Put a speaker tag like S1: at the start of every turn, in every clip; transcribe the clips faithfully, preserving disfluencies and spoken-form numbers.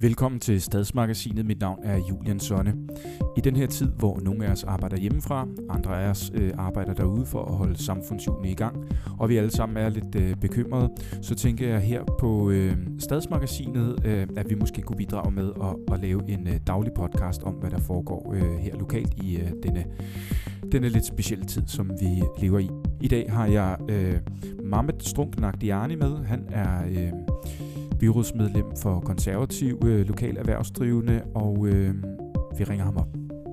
S1: Velkommen til Stadsmagasinet. Mit navn er Julian Sonne. I den her tid, hvor nogle af os arbejder hjemmefra, andre af os øh, arbejder derude for at holde samfundshjulene i gang, og vi alle sammen er lidt øh, bekymrede, så tænker jeg her på øh, Stadsmagasinet, øh, at vi måske kunne bidrage med at, at lave en øh, daglig podcast om, hvad der foregår øh, her lokalt i øh, denne, denne lidt specielle tid, som vi lever i. I dag har jeg øh, Mahmet Strunk Nagdiani med. Han er Øh, byrådsmedlem for konservative øh, lokal erhvervsdrivende, og øh, vi ringer ham op.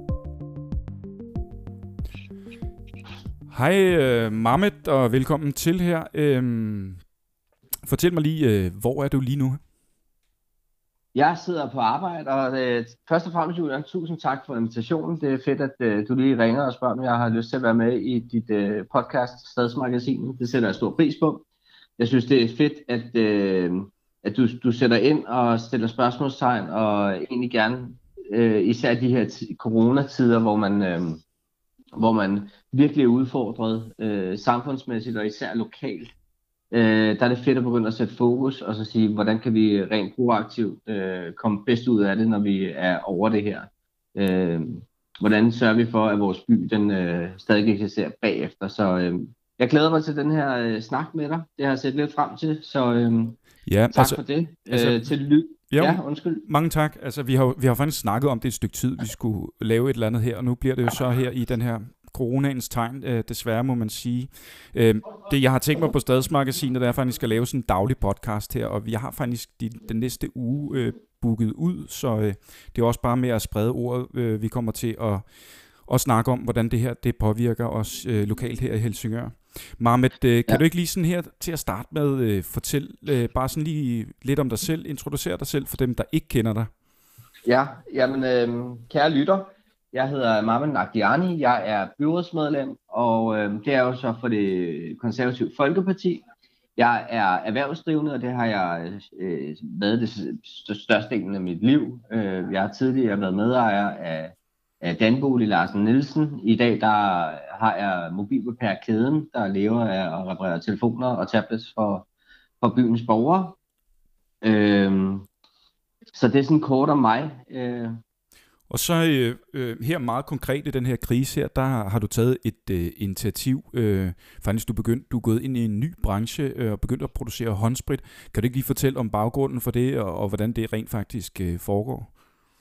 S1: Hej øh, Mahmet, og velkommen til her. Øh, fortæl mig lige, øh, hvor er du lige nu?
S2: Jeg sidder på arbejde, og øh, først og fremmest, Julian, tusind tak for invitationen. Det er fedt, at øh, du lige ringer og spørger, om jeg har lyst til at være med i dit øh, podcast, Stadsmagasinet. Det sætter jeg stor pris på. Jeg synes, det er fedt, at øh, at du, du sætter ind og stiller spørgsmålstegn, og egentlig gerne, øh, især de her t- coronatider, hvor man, øh, hvor man virkelig er udfordret øh, samfundsmæssigt og især lokalt, øh, der er det fedt at begynde at sætte fokus, og så sige, hvordan kan vi rent proaktivt øh, komme bedst ud af det, når vi er over det her. Øh, hvordan sørger vi for, at vores by den øh, stadig eksisterer bagefter. Så øh, jeg glæder mig til den her øh, snak med dig. Det har jeg set lidt frem til, så Øh,
S1: Ja,
S2: tak altså, for det. Altså, øh, til lyd.
S1: Jo,
S2: ja, undskyld.
S1: Mange tak. Altså, vi har vi har faktisk snakket om det et stykke tid, vi skulle lave et eller andet her, og nu bliver det jo så her i den her coronaens tegn, øh, desværre må man sige. Øh, det, jeg har tænkt mig på Stadsmagasinet, det er faktisk, at jeg skal lave sådan en daglig podcast her, og vi har faktisk de, den næste uge øh, booket ud, så øh, det er også bare med at sprede ordet. Øh, vi kommer til at, at snakke om, hvordan det her det påvirker os øh, lokalt her i Helsingør. Mahmet, øh, kan ja. du ikke lige sådan her til at starte med øh, fortælle øh, bare sådan lige lidt om dig selv, introducere dig selv for dem, der ikke kender dig?
S2: Ja, jamen øh, kære lytter, jeg hedder Mahmet Nagdiani, jeg er byrådsmedlem, og øh, det er jo så for det konservative Folkeparti. Jeg er erhvervsdrivende, og det har jeg øh, været det største del af mit liv. Øh, jeg har tidligere været medejer af af Danbolig Larsen Nielsen. I dag der har jeg Mobilrepair-kæden, der lever af at reparere telefoner og tablets for, for byens borgere. Øhm, så det er sådan kort om mig. Øh.
S1: Og så øh, øh, her meget konkret i den her krise her, der har du taget et øh, initiativ. Øh, faktisk du begyndt, du er gået ind i en ny branche øh, og begyndt at producere håndsprit. Kan du ikke lige fortælle om baggrunden for det, og, og hvordan det rent faktisk øh, foregår?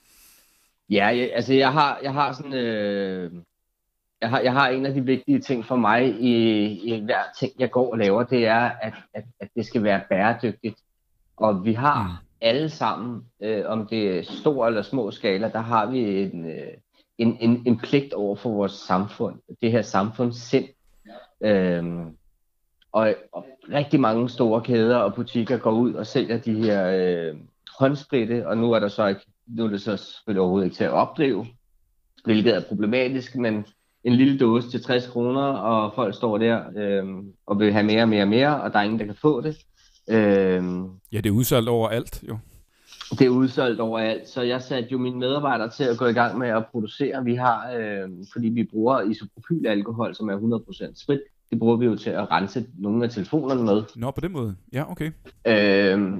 S2: Ja, jeg, altså jeg har, jeg har sådan, øh, jeg har, jeg har en af de vigtige ting for mig i, i hver ting, jeg går og laver, det er, at, at, at det skal være bæredygtigt. Og vi har mm. alle sammen, øh, om det er stor eller små skala, der har vi en, øh, en, en, en pligt over for vores samfund, det her samfundssind. Øh, og, og rigtig mange store kæder og butikker går ud og sælger de her øh, håndspritte, og nu er der så ikke Nu er det så selvfølgelig overhovedet ikke til at opdrive, hvilket er problematisk, men en lille dåse til tres kroner, og folk står der øh, og vil have mere og mere og mere, og der er ingen, der kan få det. Øh,
S1: ja, det er udsolgt overalt, jo.
S2: Det er udsolgt overalt, så jeg satte jo mine medarbejdere til at gå i gang med at producere. Vi har, øh, fordi vi bruger isopropylalkohol, som er hundrede procent sprit, det bruger vi jo til at rense nogle af telefonerne med.
S1: Nå, på den måde. Ja, okay.
S2: Øh,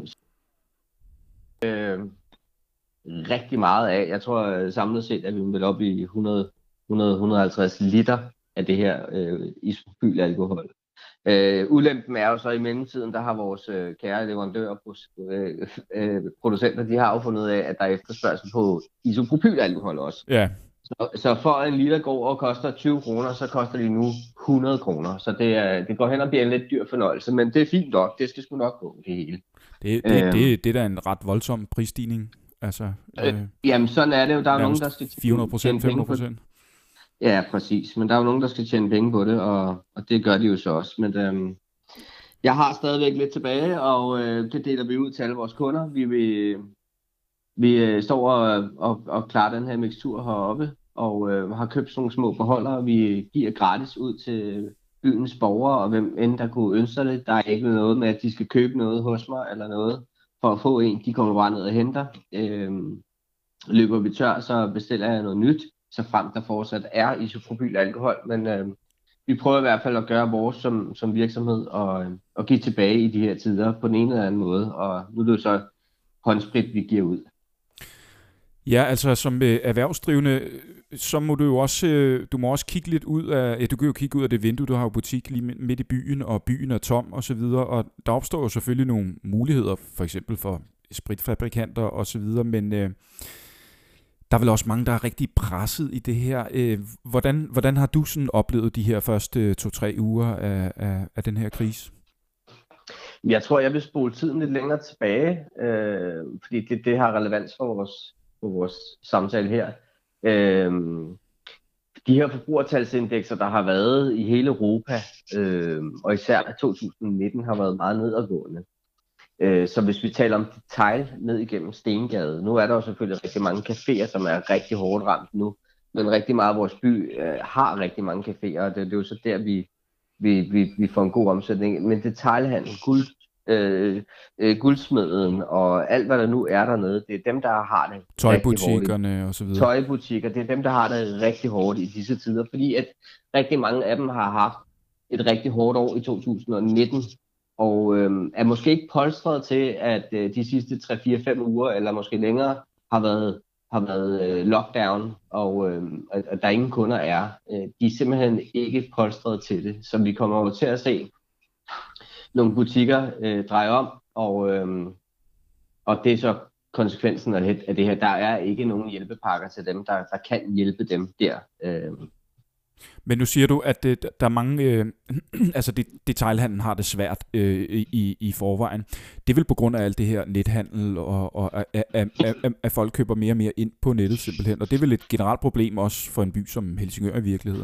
S2: øh, rigtig meget af. Jeg tror samlet set, at vi vil op i hundrede til hundrede til hundrede og halvtreds liter af det her øh, isopropylalkohol. Øh, ulempen er jo så i mellemtiden, der har vores øh, kære leverandører og øh, øh, producenter, de har jo fundet af, at der er efterspørgsel på isopropylalkohol også.
S1: Ja.
S2: Så, så for en liter går og koster tyve kroner, så koster de nu hundrede kroner. Så det, er, det går hen og bliver en lidt dyr fornøjelse, men det er fint nok. Det skal sgu nok gå, det hele.
S1: Det, det, øh, det, det er da en ret voldsom prisstigning. Altså,
S2: øh, øh, jamen sådan er det jo. Der er nogen, der skal
S1: fire hundrede procent, fem hundrede procent.
S2: Ja, præcis. Men der er jo nogen, der skal tjene penge på det, og, og det gør de jo så også. Men øhm, jeg har stadigvæk lidt tilbage, og øh, det deler vi ud til alle vores kunder. Vi, vil, vi øh, står og, og, og klarer den her mixtur heroppe, og øh, har købt sådan nogle små beholdere, vi giver gratis ud til byens borgere, og hvem end der kunne ønske det. Der er ikke noget med, at de skal købe noget hos mig eller noget for at få en. De kommer bare ned og henter. Øh, løber vi tør, så bestiller jeg noget nyt, så frem der fortsat er isopropylalkohol, men øh, vi prøver i hvert fald at gøre vores som, som virksomhed og, øh, og give tilbage i de her tider på den ene eller anden måde, og nu er det jo så håndsprit, vi giver ud.
S1: Ja, altså som øh, erhvervsdrivende, øh, så må du jo også, øh, du må også kigge lidt ud af, ja, du kan jo kigge ud af det vindue, du har jo butik lige midt i byen, og byen er tom og så videre, og der opstår jo selvfølgelig nogle muligheder, for eksempel for spritfabrikanter og så videre, men øh, der er vel også mange, der er rigtig presset i det her. Øh, hvordan, hvordan har du sådan oplevet de her første to-tre uger af, af, af den her krise?
S2: Jeg tror, jeg vil spole tiden lidt længere tilbage, øh, fordi det, det har relevans for vores, for vores samtale her. Øh, de her forbrugertalsindekser, der har været i hele Europa, øh, og især to tusind nitten, har været meget nedadgående. Øh, så hvis vi taler om detail ned igennem Stengade, nu er der jo selvfølgelig rigtig mange caféer, som er rigtig hårdt ramt nu, men rigtig meget af vores by øh, har rigtig mange caféer, og det, det er jo så der, vi, vi, vi, vi får en god omsætning. Men detailhandel, guld, øh, øh, guldsmeden og alt, hvad der nu er dernede, det er dem, der har det
S1: tøjbutikkerne og så videre.
S2: Tøjbutikker, det er dem, der har det rigtig hårdt i disse tider, fordi at rigtig mange af dem har haft et rigtig hårdt år i to tusind nitten, og øh, er måske ikke polstret til, at øh, de sidste tre fire fem uger, eller måske længere, har været, har været øh, lockdown, og øh, at der ingen kunder er. Øh, de er simpelthen ikke polstret til det, så vi kommer jo til at se nogle butikker øh, dreje om, og, øh, og det er så konsekvensen af det, af det her. Der er ikke nogen hjælpepakker til dem, der, der kan hjælpe dem der. Øh.
S1: Men nu siger du, at det, der er mange, øh, altså det, detailhandlen har det svært øh, i, i forvejen. Det er vel på grund af alt det her nethandel, og, og at, at, at, at folk køber mere og mere ind på nettet simpelthen. Og det er vel et generelt problem også for en by som Helsingør i virkeligheden?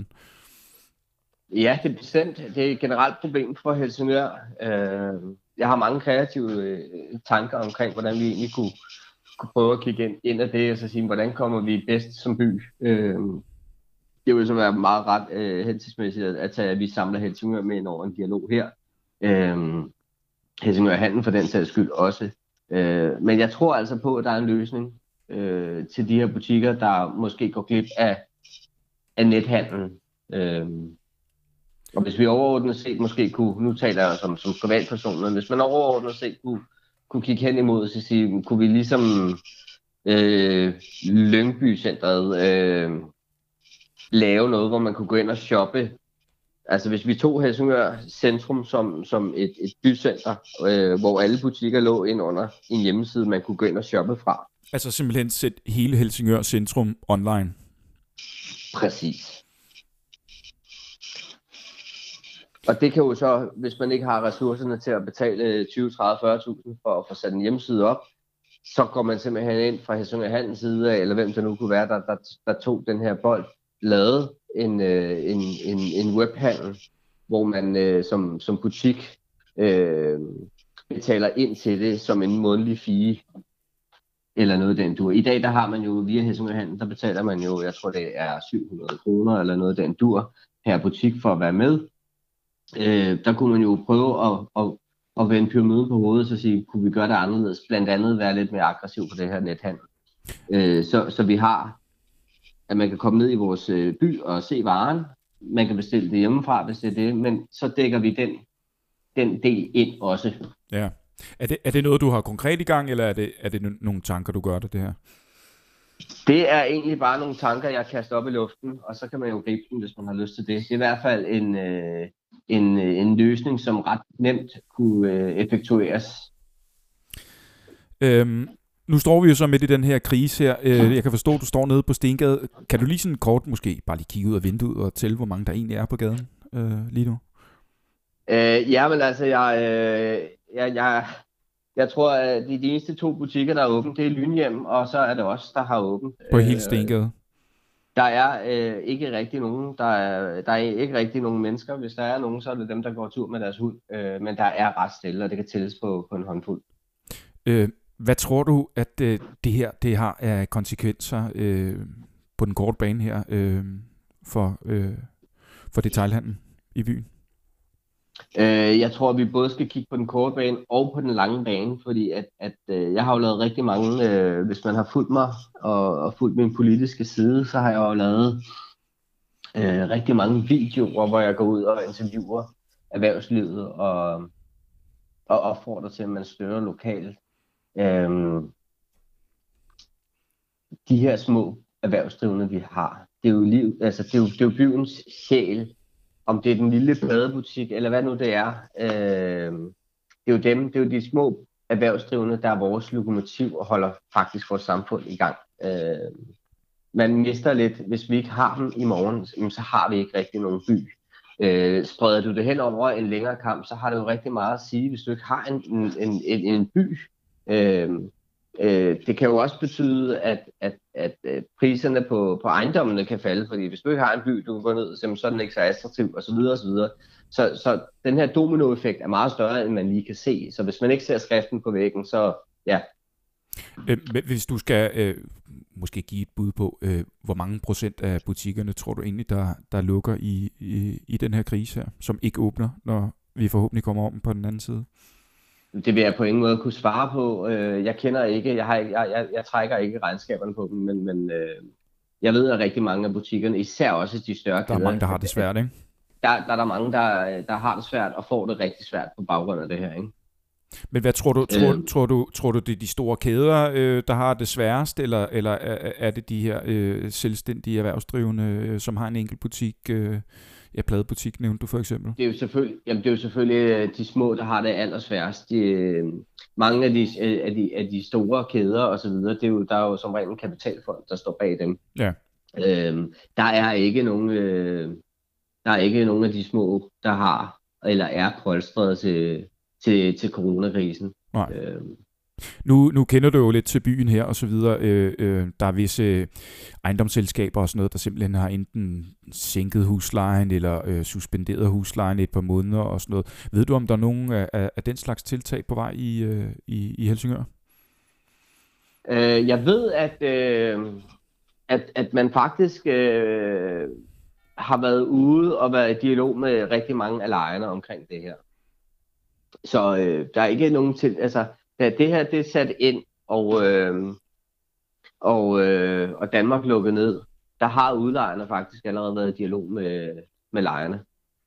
S2: Ja, det er bestemt. Det er et generelt problem for Helsingør. Øh, jeg har mange kreative øh, tanker omkring, hvordan vi egentlig kunne, kunne prøve at kigge ind, ind af det, og så sige, hvordan kommer vi bedst som by. Øh, Det vil så være meget ret øh, hensigtsmæssigt at, at, tage, at vi samler Helsingør med ind over en dialog her. Øhm, Helsingør Handel for den sags skyld også. Øh, men jeg tror altså på, at der er en løsning øh, til de her butikker, der måske går glip af, af nethandlen. Øhm, og hvis vi overordnet set måske kunne, nu taler jeg som, som privatperson, men hvis man overordnet set kunne, kunne kigge hen imod, så sige, kunne vi ligesom øh, Lyngby-centret øh, lave noget, hvor man kunne gå ind og shoppe. Altså hvis vi tog Helsingør Centrum som, som et, et bycenter, øh, hvor alle butikker lå ind under en hjemmeside, man kunne gå ind og shoppe fra.
S1: Altså simpelthen sætte hele Helsingør Centrum online?
S2: Præcis. Og det kan jo så, hvis man ikke har ressourcerne til at betale tyve, tredive, fyrre tusind for at få sat en hjemmeside op, så går man simpelthen ind fra Helsingør Handels side af, eller hvem det nu kunne være, der, der, der tog den her bold, lavede en, øh, en, en, en webhandel, hvor man øh, som, som butik øh, betaler ind til det som en månedlig fee, eller noget den dur. I dag der har man jo via Helsingør Handel, der betaler man jo, jeg tror det er syv hundrede kroner, eller noget den dur, per butik for at være med. Øh, der kunne man jo prøve at, at, at vende pyramiden på hovedet, og sige, kunne vi gøre det anderledes, blandt andet være lidt mere aggressiv på det her nethandel. Øh, så, så vi har, at man kan komme ned i vores øh, by og se varen, man kan bestille det hjemmefra, hvis det er det, men så dækker vi den, den del ind også.
S1: Ja. Er det, er det noget, du har konkret i gang, eller er det, er det n- nogle tanker, du gør det, det her?
S2: Det er egentlig bare nogle tanker, jeg kaster op i luften, og så kan man jo gribe dem, hvis man har lyst til det. Det er i hvert fald en, øh, en, en løsning, som ret nemt kunne øh, effektueres.
S1: Øhm, nu står vi jo så midt i den her krise her. Øh, jeg kan forstå, at du står nede på Stengade. Kan du lige sådan kort måske bare lige kigge ud af vinduet og tælle, hvor mange der egentlig er på gaden øh, lige nu?
S2: Øh, ja, men altså, jeg, øh, jeg, jeg, jeg tror, at de, de eneste to butikker, der er åbent, det er Lynhjem, og så er det os, der har åbent.
S1: På hele Stengade?
S2: Der er øh, ikke rigtig nogen, der er, der er ikke rigtig nogen mennesker. Hvis der er nogen, så er det dem, der går tur med deres hund. Øh, men der er ret stille, og det kan tælles på, på en håndfuld.
S1: Øh, hvad tror du, at øh, det her det har af konsekvenser øh, på den korte bane her øh, for, øh, for detailhandlen i byen?
S2: Øh, jeg tror, at vi både skal kigge på den korte bane og på den lange bane, fordi at, at øh, jeg har jo lavet rigtig mange, øh, hvis man har fulgt mig og, og fulgt min politiske side, så har jeg jo lavet øh, rigtig mange videoer, hvor jeg går ud og interviewer erhvervslivet og, og opfordrer til, at man støtter lokalt. Øhm, de her små erhvervsdrivende, vi har. Det er jo, liv, altså, det er jo, det er jo byens sjæl. Om det er den lille pladebutik, eller hvad nu det er. Øh, det er jo dem, det er jo de små erhvervsdrivende, der er vores lokomotiv og holder faktisk vores samfund i gang. Øh, man mister lidt, hvis vi ikke har dem i morgen, så har vi ikke rigtig nogen by. Øh, spreder du det hen over en længere kamp, så har det jo rigtig meget at sige, hvis du ikke har en, en, en, en by. Øh, øh, det kan jo også betyde, at, at, at, at priserne på, på ejendommene kan falde, fordi hvis du ikke har en by, du kan gå ned, så er den ikke så attraktiv, osv. osv. Så, så den her dominoeffekt er meget større, end man lige kan se. Så hvis man ikke ser skriften på væggen, så ja.
S1: Øh, hvis du skal øh, måske give et bud på, øh, hvor mange procent af butikkerne tror du egentlig, der, der lukker i, i, i den her krise her, som ikke åbner, når vi forhåbentlig kommer om på den anden side?
S2: Det vil jeg på ingen måde kunne svare på. Jeg kender ikke, jeg, har, jeg, jeg, jeg trækker ikke regnskaberne på dem, men, men øh, jeg ved, at rigtig mange af butikkerne, især også de større kæder.
S1: Der er mange, der har det svært, ikke?
S2: Der, der er der mange, der, der har det svært og får det rigtig svært på baggrund af det her, ikke?
S1: Men hvad tror du, tror, øh, tror du, tror du det er de store kæder, øh, der har det sværest, eller, eller er, er det de her øh, selvstændige erhvervsdrivende, øh, som har en enkelt butik, øh, ja, pladebutik nævnte du for eksempel?
S2: Det er jo selvfølgelig, jamen det er jo selvfølgelig de små, der har det allersværest. De, mange af de, af, de, af de store kæder og så videre, det er jo, der er jo som regel en kapitalfond, der står bag dem.
S1: Ja.
S2: Øhm, der er ikke nogen, øh, der er ikke nogen af de små, der har eller er polstret til til, til coronakrisen.
S1: Nej. Øhm. Nu, nu kender du jo lidt til byen her og så videre. Øh, øh, der er visse ejendomsselskaber og sådan noget, der simpelthen har enten sænket huslejen eller øh, suspenderet huslejen et par måneder og sådan noget. Ved du, om der er nogen af, af den slags tiltag på vej i, øh, i, i Helsingør?
S2: Øh, jeg ved, at, øh, at, at man faktisk øh, har været ude og været i dialog med rigtig mange af lejerne omkring det her. Så øh, der er ikke nogen til, altså da det her det er sat ind, og, øh, og, øh, og Danmark lukket ned, der har udlejerne faktisk allerede været i dialog med, med lejerne.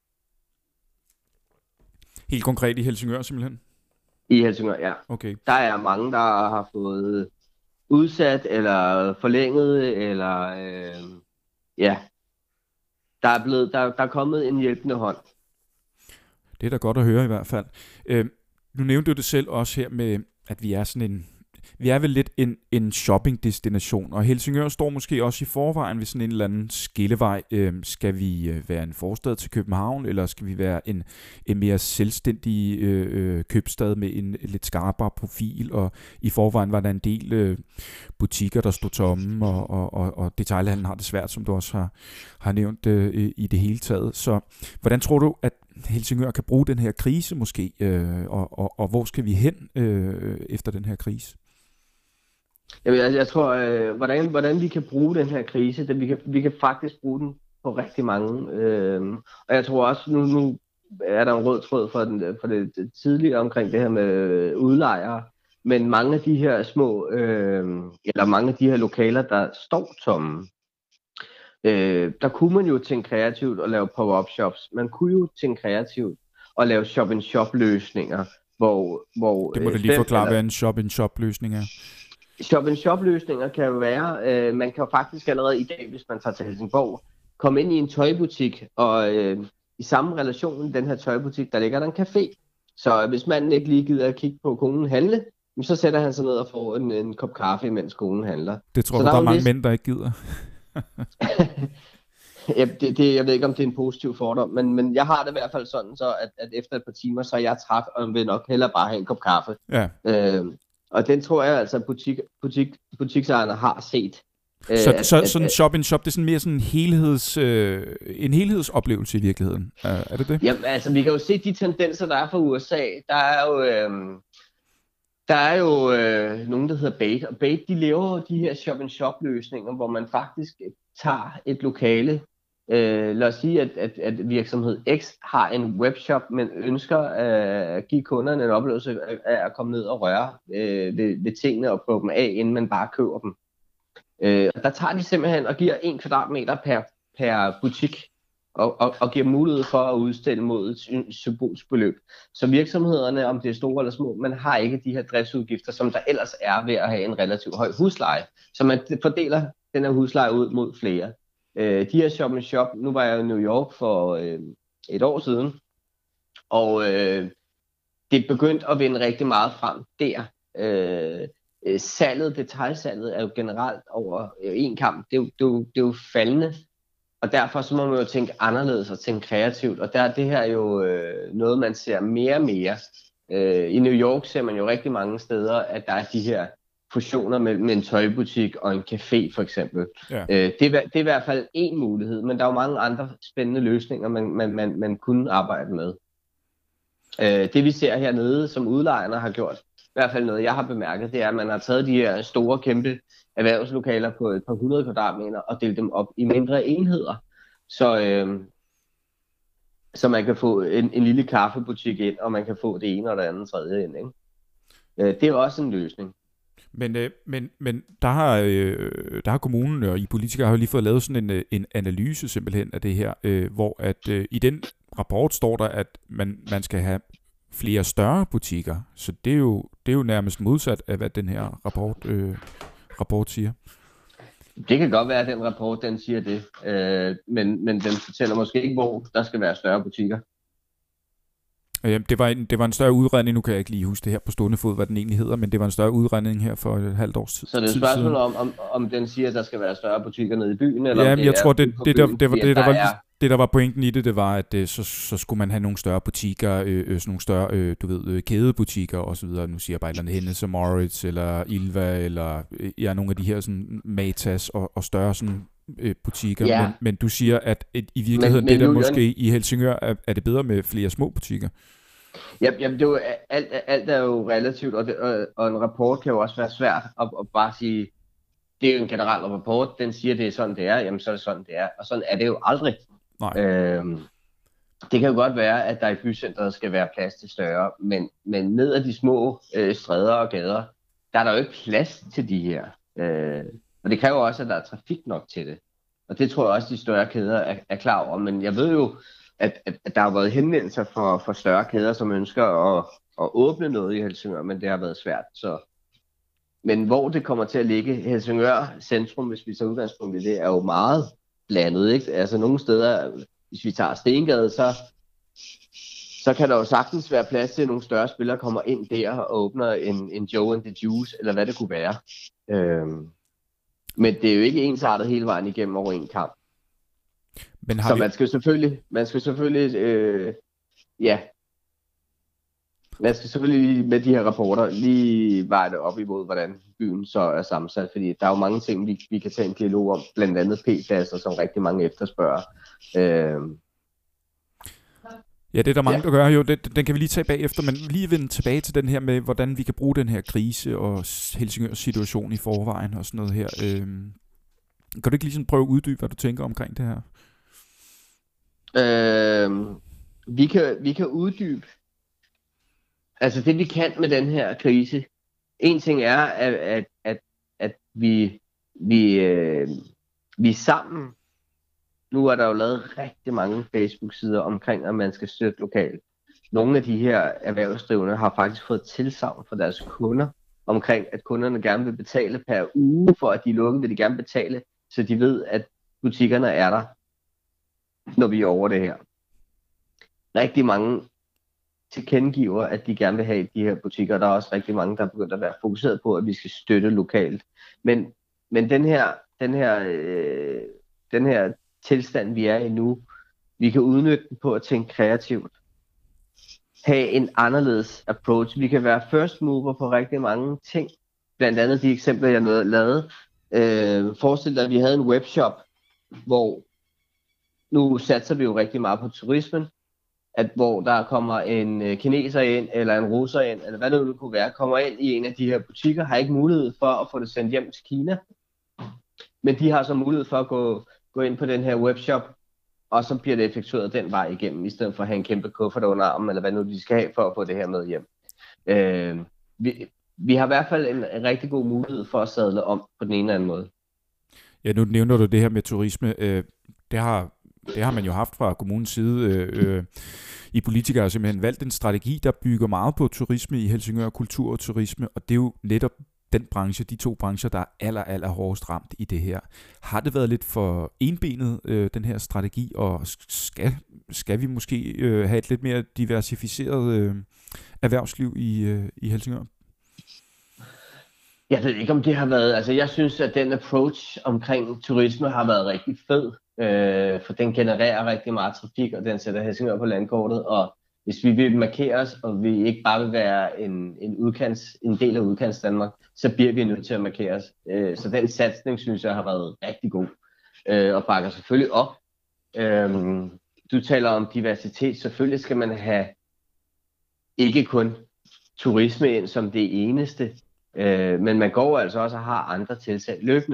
S1: Helt konkret i Helsingør simpelthen?
S2: I Helsingør, ja.
S1: Okay.
S2: Der er mange, der har fået udsat, eller forlænget, eller øh, ja, der er, blevet, der, der er kommet en hjælpende hånd.
S1: Det er da godt at høre i hvert fald. Øh, nu nævnte du det selv også her med, at vi er sådan en, vi er vel lidt en, en shoppingdestination, og Helsingør står måske også i forvejen ved sådan en eller anden skillevej. Øh, skal vi være en forstad til København, eller skal vi være en, en mere selvstændig øh, købstad med en lidt skarpere profil, og i forvejen var der en del øh, butikker, der stod tomme, og, og, og, og detailhandlen har det svært, som du også har, har nævnt øh, i det hele taget. Så hvordan tror du, at Helsingør kan bruge den her krise måske, øh, og, og, og hvor skal vi hen øh, efter den her krise?
S2: Jamen, jeg, jeg tror, øh, hvordan, hvordan vi kan bruge den her krise, det, vi, kan, vi kan faktisk bruge den på rigtig mange. Øh, og jeg tror også, nu, nu er der en rød tråd for, den, for det, det tidligere omkring det her med udlejere, men mange af de her små, øh, eller mange af de her lokaler, der står tomme, øh, der kunne man jo tænke kreativt og lave pop-up shops. Man kunne jo tænke kreativt og lave shop-in-shop løsninger, hvor... hvor
S1: det må du lige forklare, hvad en shop-in-shop løsning er.
S2: Shop-in-shop løsninger kan jo være, øh, man kan jo faktisk allerede i dag, hvis man tager til Helsingborg, komme ind i en tøjbutik, og øh, i samme relation i den her tøjbutik, der ligger der en café. Så hvis manden ikke lige gider at kigge på konen handle, så sætter han sig ned og får en, en kop kaffe, mens konen handler.
S1: Det tror du, der, der er mange vis... mænd, der ikke gider?
S2: ja, det, det, jeg ved ikke, om det er en positiv fordom, men, men jeg har det i hvert fald sådan, så at, at efter et par timer, så er jeg træt, og vil nok hellere bare have en kop kaffe.
S1: Ja.
S2: Øh, Og den tror jeg altså, at butik, butik, butiksejerne har set.
S1: Så, at, så at, sådan en shop-in-shop, det er sådan mere sådan en, helheds, øh, en helhedsoplevelse i virkeligheden. Er, er det det?
S2: Jamen, altså, vi kan jo se de tendenser, der er fra U S A. Der er jo, øh, der er jo øh, nogen, der hedder Bait. Og Bait, de laver de her shop-in-shop-løsninger, hvor man faktisk tager et lokale. Øh, lad os sige, at, at, at virksomhed X har en webshop, men ønsker øh, at give kunderne en oplevelse af at komme ned og røre øh, ved, ved tingene og prøve dem af, inden man bare køber dem. Øh, der tager de simpelthen og giver en kvadratmeter per, per butik. og, og, og giver mulighed for at udstille mod et symbolsk beløb. Så virksomhederne, om det er store eller små, man har ikke de her driftsudgifter, som der ellers er ved at have en relativt høj husleje. Så man fordeler den her husleje ud mod flere. Øh, de her shop and shop, nu var jeg i New York for øh, et år siden, og øh, det er begyndt at vinde rigtig meget frem der. Øh, salget, detailsalget er jo generelt over en kamp. Det er jo, det er jo, det er jo faldende. Og derfor så må man jo tænke anderledes og tænke kreativt. Og der er det her jo øh, noget, man ser mere og mere. Øh, I New York ser man jo rigtig mange steder, at der er de her fusioner mellem en tøjbutik og en café for eksempel. Ja. Øh, det, er, det er i hvert fald en mulighed, men der er jo mange andre spændende løsninger, man, man, man, man kunne arbejde med. Øh, det vi ser hernede, som udlejerne har gjort, i hvert fald noget jeg har bemærket, det er, at man har taget de her store, kæmpe erhvervslokaler på et par hundrede kvadratmeter og delt dem op i mindre enheder. Så, øh, så man kan få en, en lille kaffebutik ind, og man kan få det ene og det andet tredje ind. Ikke? Øh, det er også en løsning.
S1: Men, øh, men, men der, har, øh, der har kommunen og I politikere har jo lige fået lavet sådan en, en analyse simpelthen af det her, øh, hvor at øh, i den rapport står der, at man, man skal have flere større butikker. Så det er jo, det er jo nærmest modsat af, hvad den her rapport, øh, rapport siger.
S2: Det kan godt være, at den rapport den siger det, øh, men, men den fortæller måske ikke, hvor der skal være større butikker.
S1: Øh, det, var en, det var en større udregning, nu kan jeg ikke lige huske det her på stående fod, hvad den egentlig hedder, men det var en større udregning her for et halvt års tid.
S2: Så det er et spørgsmål om, om, om den siger, at der skal være større butikker nede i byen? Eller
S1: ja,
S2: om det
S1: jeg tror, det, det, der,
S2: byen,
S1: det, var, det, der,
S2: der
S1: var,
S2: er...
S1: det der var pointen i det, det var, at så, så skulle man have nogle større butikker, øh, sådan nogle større, øh, du ved, øh, kædebutikker og så videre. Nu siger jeg bare et eller andet Hennes og Mauritz, eller Ilva, eller øh, ja, nogle af de her sådan Matas og, og større sådan øh, butikker.
S2: Ja.
S1: Men, men du siger, at et, i virkeligheden, men, men det der måske i Helsingør, er, er det bedre med flere små butikker?
S2: Ja, jamen det er jo, alt, alt er jo relativt, og, det, og, og en rapport kan jo også være svært at, at bare sige, det er jo en generel rapport, den siger, det er sådan, det er, jamen så er det sådan, det er, og sådan er det jo aldrig.
S1: Nej.
S2: Øhm, det kan jo godt være, at der i bycentret skal være plads til større, men, men ned ad de små øh, stræder og gader, der er der jo ikke plads til de her. Øh, og det kræver også, at der er trafik nok til det. Og det tror jeg også, de større kæder er, er klar over, men jeg ved jo, At, at, at der har været henvendelser for, for større kæder, som ønsker at, at åbne noget i Helsingør, men det har været svært. Så. Men hvor det kommer til at ligge, Helsingør centrum, hvis vi tager udgangspunkt i det, er jo meget blandet. Ikke? Altså nogle steder, hvis vi tager Stengade, så, så kan der jo sagtens være plads til, at nogle større spillere kommer ind der og åbner en, en Joe and the Juice, eller hvad det kunne være. Øhm, men det er jo ikke ensartet hele vejen igennem over en kamp. Men har så vi... man skal selvfølgelig, man skal selvfølgelig, øh, ja, man skal selvfølgelig med de her rapporter lige veje det op imod, hvordan byen så er sammensat, fordi der er jo mange ting, vi, vi kan tage en dialog om, blandt andet P-pladser, som rigtig mange efterspørger. Øh...
S1: Ja, det er der mange, ja. der gør jo, det, den kan vi lige tage bagefter, men lige vende tilbage til den her med, hvordan vi kan bruge den her krise og Helsingørs situation i forvejen og sådan noget her. Øh... Kan du ikke lige sådan prøve at uddybe, hvad du tænker omkring det her?
S2: Øh, vi, kan, vi kan uddybe, altså det vi kan med den her krise. En ting er, at, at, at, at vi, vi, øh, vi er sammen. Nu er der jo lavet rigtig mange Facebook-sider omkring, at man skal støtte lokalt. Nogle af de her erhvervsdrivende har faktisk fået tilsagn fra deres kunder, omkring at kunderne gerne vil betale per uge, for at de lukker, vil de gerne betale, så de ved, at butikkerne er der, når vi er over det her. Rigtig mange tilkendegiver, at de gerne vil have de her butikker. Der er også rigtig mange, der er begyndt at være fokuseret på, at vi skal støtte lokalt. Men, men den her, den her, øh, den her tilstand, vi er i nu, vi kan udnytte den på at tænke kreativt. Have en anderledes approach. Vi kan være first mover på rigtig mange ting. Blandt andet de eksempler, jeg lavede. Øh, forestil dig, at vi havde en webshop, hvor nu satser vi jo rigtig meget på turismen, at hvor der kommer en kineser ind, eller en russer ind, eller hvad det nu kunne være, kommer ind i en af de her butikker, har ikke mulighed for at få det sendt hjem til Kina, men de har så mulighed for at gå, gå ind på den her webshop, og så bliver det effektueret den vej igennem, i stedet for at have en kæmpe kuffert under armen, eller hvad nu de skal have for at få det her med hjem. Øh, vi, vi har i hvert fald en, en rigtig god mulighed for at sadle om på den ene eller anden måde.
S1: Ja, nu nævner du det her med turisme. Øh, det har det har man jo haft fra kommunens side, øh, øh, i politikere har simpelthen valgt en strategi, der bygger meget på turisme i Helsingør, kultur og turisme, og det er jo netop den branche, de to brancher, der er aller, aller hårdest ramt i det her. Har det været lidt for enbenet, øh, den her strategi, og skal, skal vi måske øh, have et lidt mere diversificeret øh, erhvervsliv i, øh, i Helsingør?
S2: Jeg ved ikke, om det har været... Altså, jeg synes, at den approach omkring turisme har været rigtig fed, øh, for den genererer rigtig meget trafik, og den sætter Helsingør på landkortet, og hvis vi vil markere os, og vi ikke bare vil være en, en, udkants, en del af udkants Danmark, så bliver vi nødt til at markere os. Øh, så den satsning, synes jeg, har været rigtig god, øh, og bakker selvfølgelig op. Øh, du taler om diversitet. Selvfølgelig skal man have ikke kun turisme ind som det eneste, øh, men man går altså også og har andre tiltag løbende.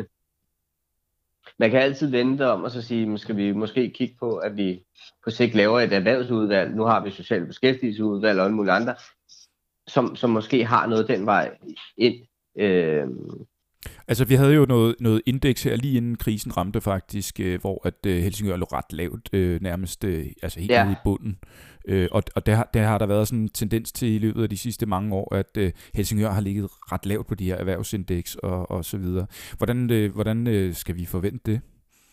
S2: Man kan altid vente om og så sige, at skal vi måske kigge på, at vi på sigt laver et erhvervsudvalg. Nu har vi sociale beskæftigelsesudvalg og alle mulige andre, som, som måske har noget den vej ind. Øh...
S1: Altså vi havde jo noget, noget indeks her lige inden krisen ramte faktisk, øh, hvor at øh, Helsingør lå ret lavt, øh, nærmest øh, altså helt ja. nede i bunden. Øh, og og der, der har der været sådan en tendens til i løbet af de sidste mange år, at øh, Helsingør har ligget ret lavt på de her erhvervsindeks og, og så videre. Hvordan, øh, hvordan øh, skal vi forvente det?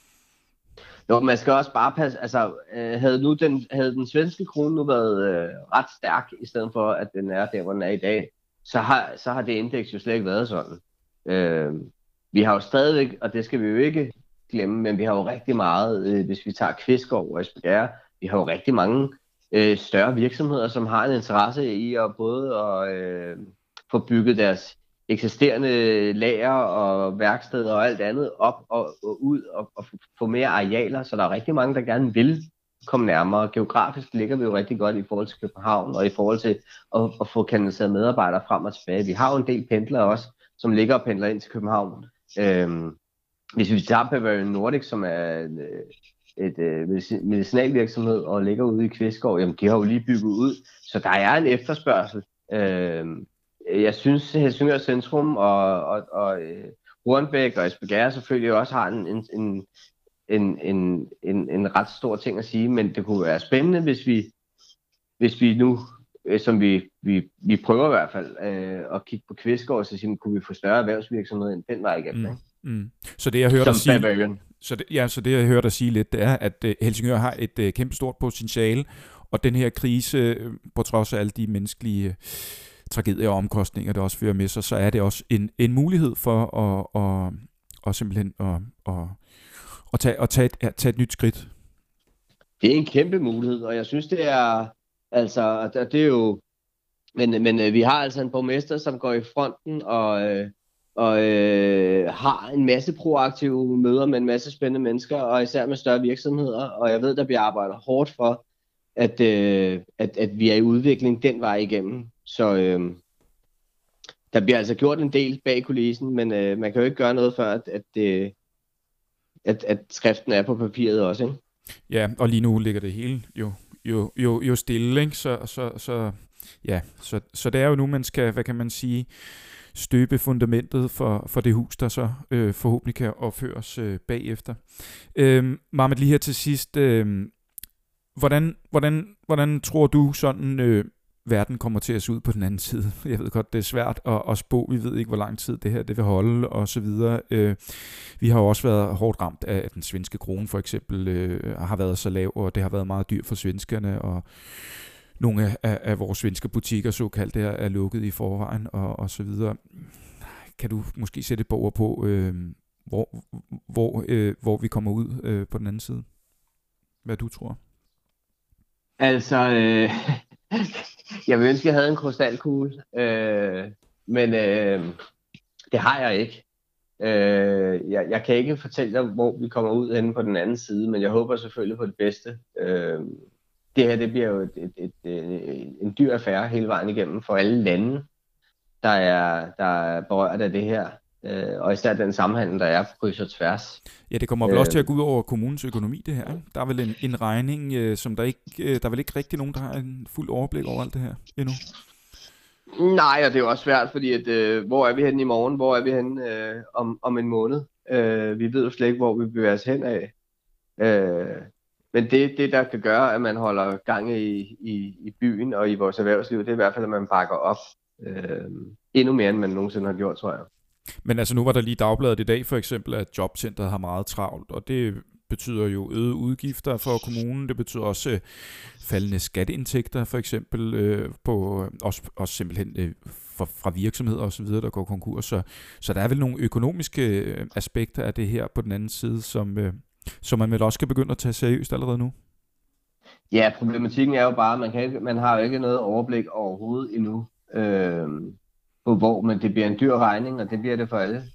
S2: Jo, man skal også bare passe, altså øh, havde, nu den, havde den svenske krone nu været øh, ret stærk, i stedet for at den er der, hvor den er i dag, så har, så har det indeks jo slet ikke været sådan. Øh, vi har jo stadigvæk, og det skal vi jo ikke glemme, men vi har jo rigtig meget, øh, hvis vi tager Kvistgaard og Esbjerg, vi har jo rigtig mange øh, større virksomheder, som har en interesse i at både at øh, få bygget deres eksisterende lager og værksteder og alt andet op og, og ud og, og få mere arealer, så der er rigtig mange, der gerne vil komme nærmere. Geografisk ligger vi jo rigtig godt i forhold til København og i forhold til at, at få kanaliseret medarbejdere frem og tilbage. Vi har jo en del pendlere også, som ligger og pendler ind til København. Øhm, hvis vi tager Bavarian Nordic, som er et, et, et medicinalvirksomhed og ligger ude i Kvistgaard, jamen de har jo lige bygget ud, så der er en efterspørgsel. Øhm, jeg synes, Helsingør Centrum og, og, og Hornbæk og Esbjerg selvfølgelig også har en, en, en, en, en, en, en ret stor ting at sige, men det kunne være spændende, hvis vi, hvis vi nu, som vi, vi, vi prøver i hvert fald, øh, at kigge på Kvistgaard, så sige, kunne vi få større erhvervsvirksomhed end den vej igennem.
S1: Mm, mm. Så det jeg hørte dig sige, så det, ja, så det jeg hørte dig sige lidt, det er, at uh, Helsingør har et uh, kæmpe stort potentiale, og den her krise, uh, på trods af alle de menneskelige uh, tragedier og omkostninger, der også fører med sig, så er det også en, en mulighed for at, at, at simpelthen at, at, at, tage, at, tage, et, at tage et nyt skridt.
S2: Det er en kæmpe mulighed, og jeg synes, det er, altså, det er jo, men, men vi har altså en borgmester, som går i fronten og, og øh, har en masse proaktive møder med en masse spændende mennesker, og især med større virksomheder, og jeg ved, der bliver arbejdet hårdt for, at, øh, at, at vi er i udvikling den vej igennem. Så øh, der bliver altså gjort en del bag kulissen, men øh, man kan jo ikke gøre noget før, at, at, øh, at, at skriften er på papiret også, ikke?
S1: Ja, og lige nu ligger det hele jo, jo, jo, jo stille, ikke? Så, så, så, ja, så, så det er jo nu, man skal, hvad kan man sige, støbe fundamentet for, for det hus, der så øh, forhåbentlig kan opføres øh, bagefter. Øh, Mahmet, lige her til sidst, øh, hvordan, hvordan, hvordan tror du sådan... Øh, verden kommer til at se ud på den anden side? Jeg ved godt, det er svært at, at spå. Vi ved ikke, hvor lang tid det her det vil holde, og så videre. Øh, vi har jo også været hårdt ramt af, at den svenske krone, for eksempel, øh, har været så lav, og det har været meget dyrt for svenskerne, og nogle af, af, af vores svenske butikker, såkaldt, er, er lukket i forvejen, og, og så videre. Kan du måske sætte et par ord på, øh, hvor, hvor, øh, hvor vi kommer ud øh, på den anden side? Hvad du tror?
S2: Altså... Øh... Jeg ville ønske, jeg havde en krystalkugle, øh, men øh, det har jeg ikke. Øh, jeg, jeg kan ikke fortælle dig, hvor vi kommer ud henne på den anden side, men jeg håber selvfølgelig på det bedste. Øh, det her det bliver jo et, et, et, et, en dyr affære hele vejen igennem for alle lande, der er, der er berørt af det her. Øh, og især den sammenhæng, der er på kryds og tværs.
S1: Ja, det kommer vel også til at gå ud over kommunens økonomi, det her. Ikke? Der er vel en, en regning, øh, som der ikke, øh, der er vel ikke rigtig nogen, der har en fuld overblik over alt det her endnu?
S2: Nej, og det er jo også svært, fordi at, øh, hvor er vi henne i morgen? Hvor er vi henne øh, om, om en måned? Øh, vi ved jo slet ikke, hvor vi bevæger os hen af. Øh, Men det, det, der kan gøre, at man holder gang i, i, i byen og i vores erhvervsliv, det er i hvert fald, at man bakker op øh, endnu mere, end man nogensinde har gjort, tror jeg.
S1: Men altså nu var der lige dagbladet i dag for eksempel, at jobcentret har meget travlt, og det betyder jo øgede udgifter for kommunen. Det betyder også øh, faldende skatteindtægter for eksempel, øh, på, også, også simpelthen øh, for, fra virksomheder og så videre, der går konkurs. Så, så der er vel nogle økonomiske øh, aspekter af det her på den anden side, som, øh, som man vel også skal begynde at tage seriøst allerede nu.
S2: Ja, problematikken er jo bare, at man, kan ikke, man har jo ikke noget overblik overhovedet endnu øh, på hvor, men det bliver en dyr regning, og det bliver det for alle.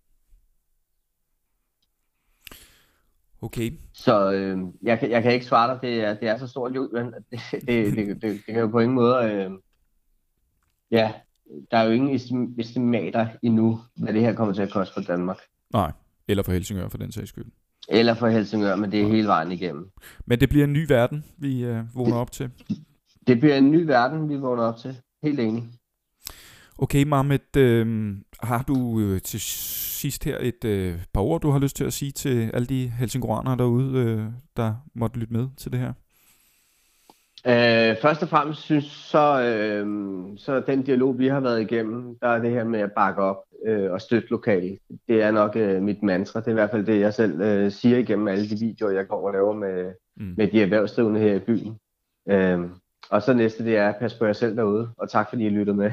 S1: Okay.
S2: Så øh, jeg, kan, jeg kan ikke svare dig, det er, det er så stort jul, men det, det, det, det, det kan jo på ingen måde... Øh, ja, der er jo ingen estimater endnu, hvad det her kommer til at koste for Danmark.
S1: Nej, eller for Helsingør for den sags skyld.
S2: Eller for Helsingør, men det er hele vejen igennem.
S1: Men det bliver en ny verden, vi øh, vågner op til.
S2: Det bliver en ny verden, vi vågner op til. Helt enig.
S1: Okay, Mahmet, øh, har du øh, til sidst her et øh, par ord, du har lyst til at sige til alle de helsingøranere derude, øh, der måtte lytte med til det her?
S2: Øh, først og fremmest synes så, øh, så den dialog, vi har været igennem, der er det her med at bakke op øh, og støtte lokalt. Det er nok øh, mit mantra. Det er i hvert fald det, jeg selv øh, siger igennem alle de videoer, jeg går og laver med, mm. med de erhvervsdrivende her i byen. Øh, og så næste, det er, pas på jer selv derude, og tak fordi I lyttede med.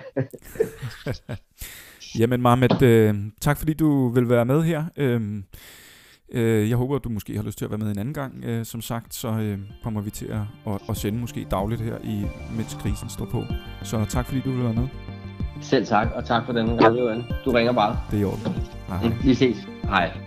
S1: Jamen Mahmet, øh, tak fordi du vil være med her. Øh, øh, jeg håber, at du måske har lyst til at være med en anden gang. Øh, som sagt, så øh, kommer vi til at, at, at sende måske dagligt her, i, mens krisen står på. Så tak fordi du vil være med.
S2: Selv tak, og tak for den gang, Johan. Du ringer bare.
S1: Det er i orden. Hej.
S2: Vi ses. Hej.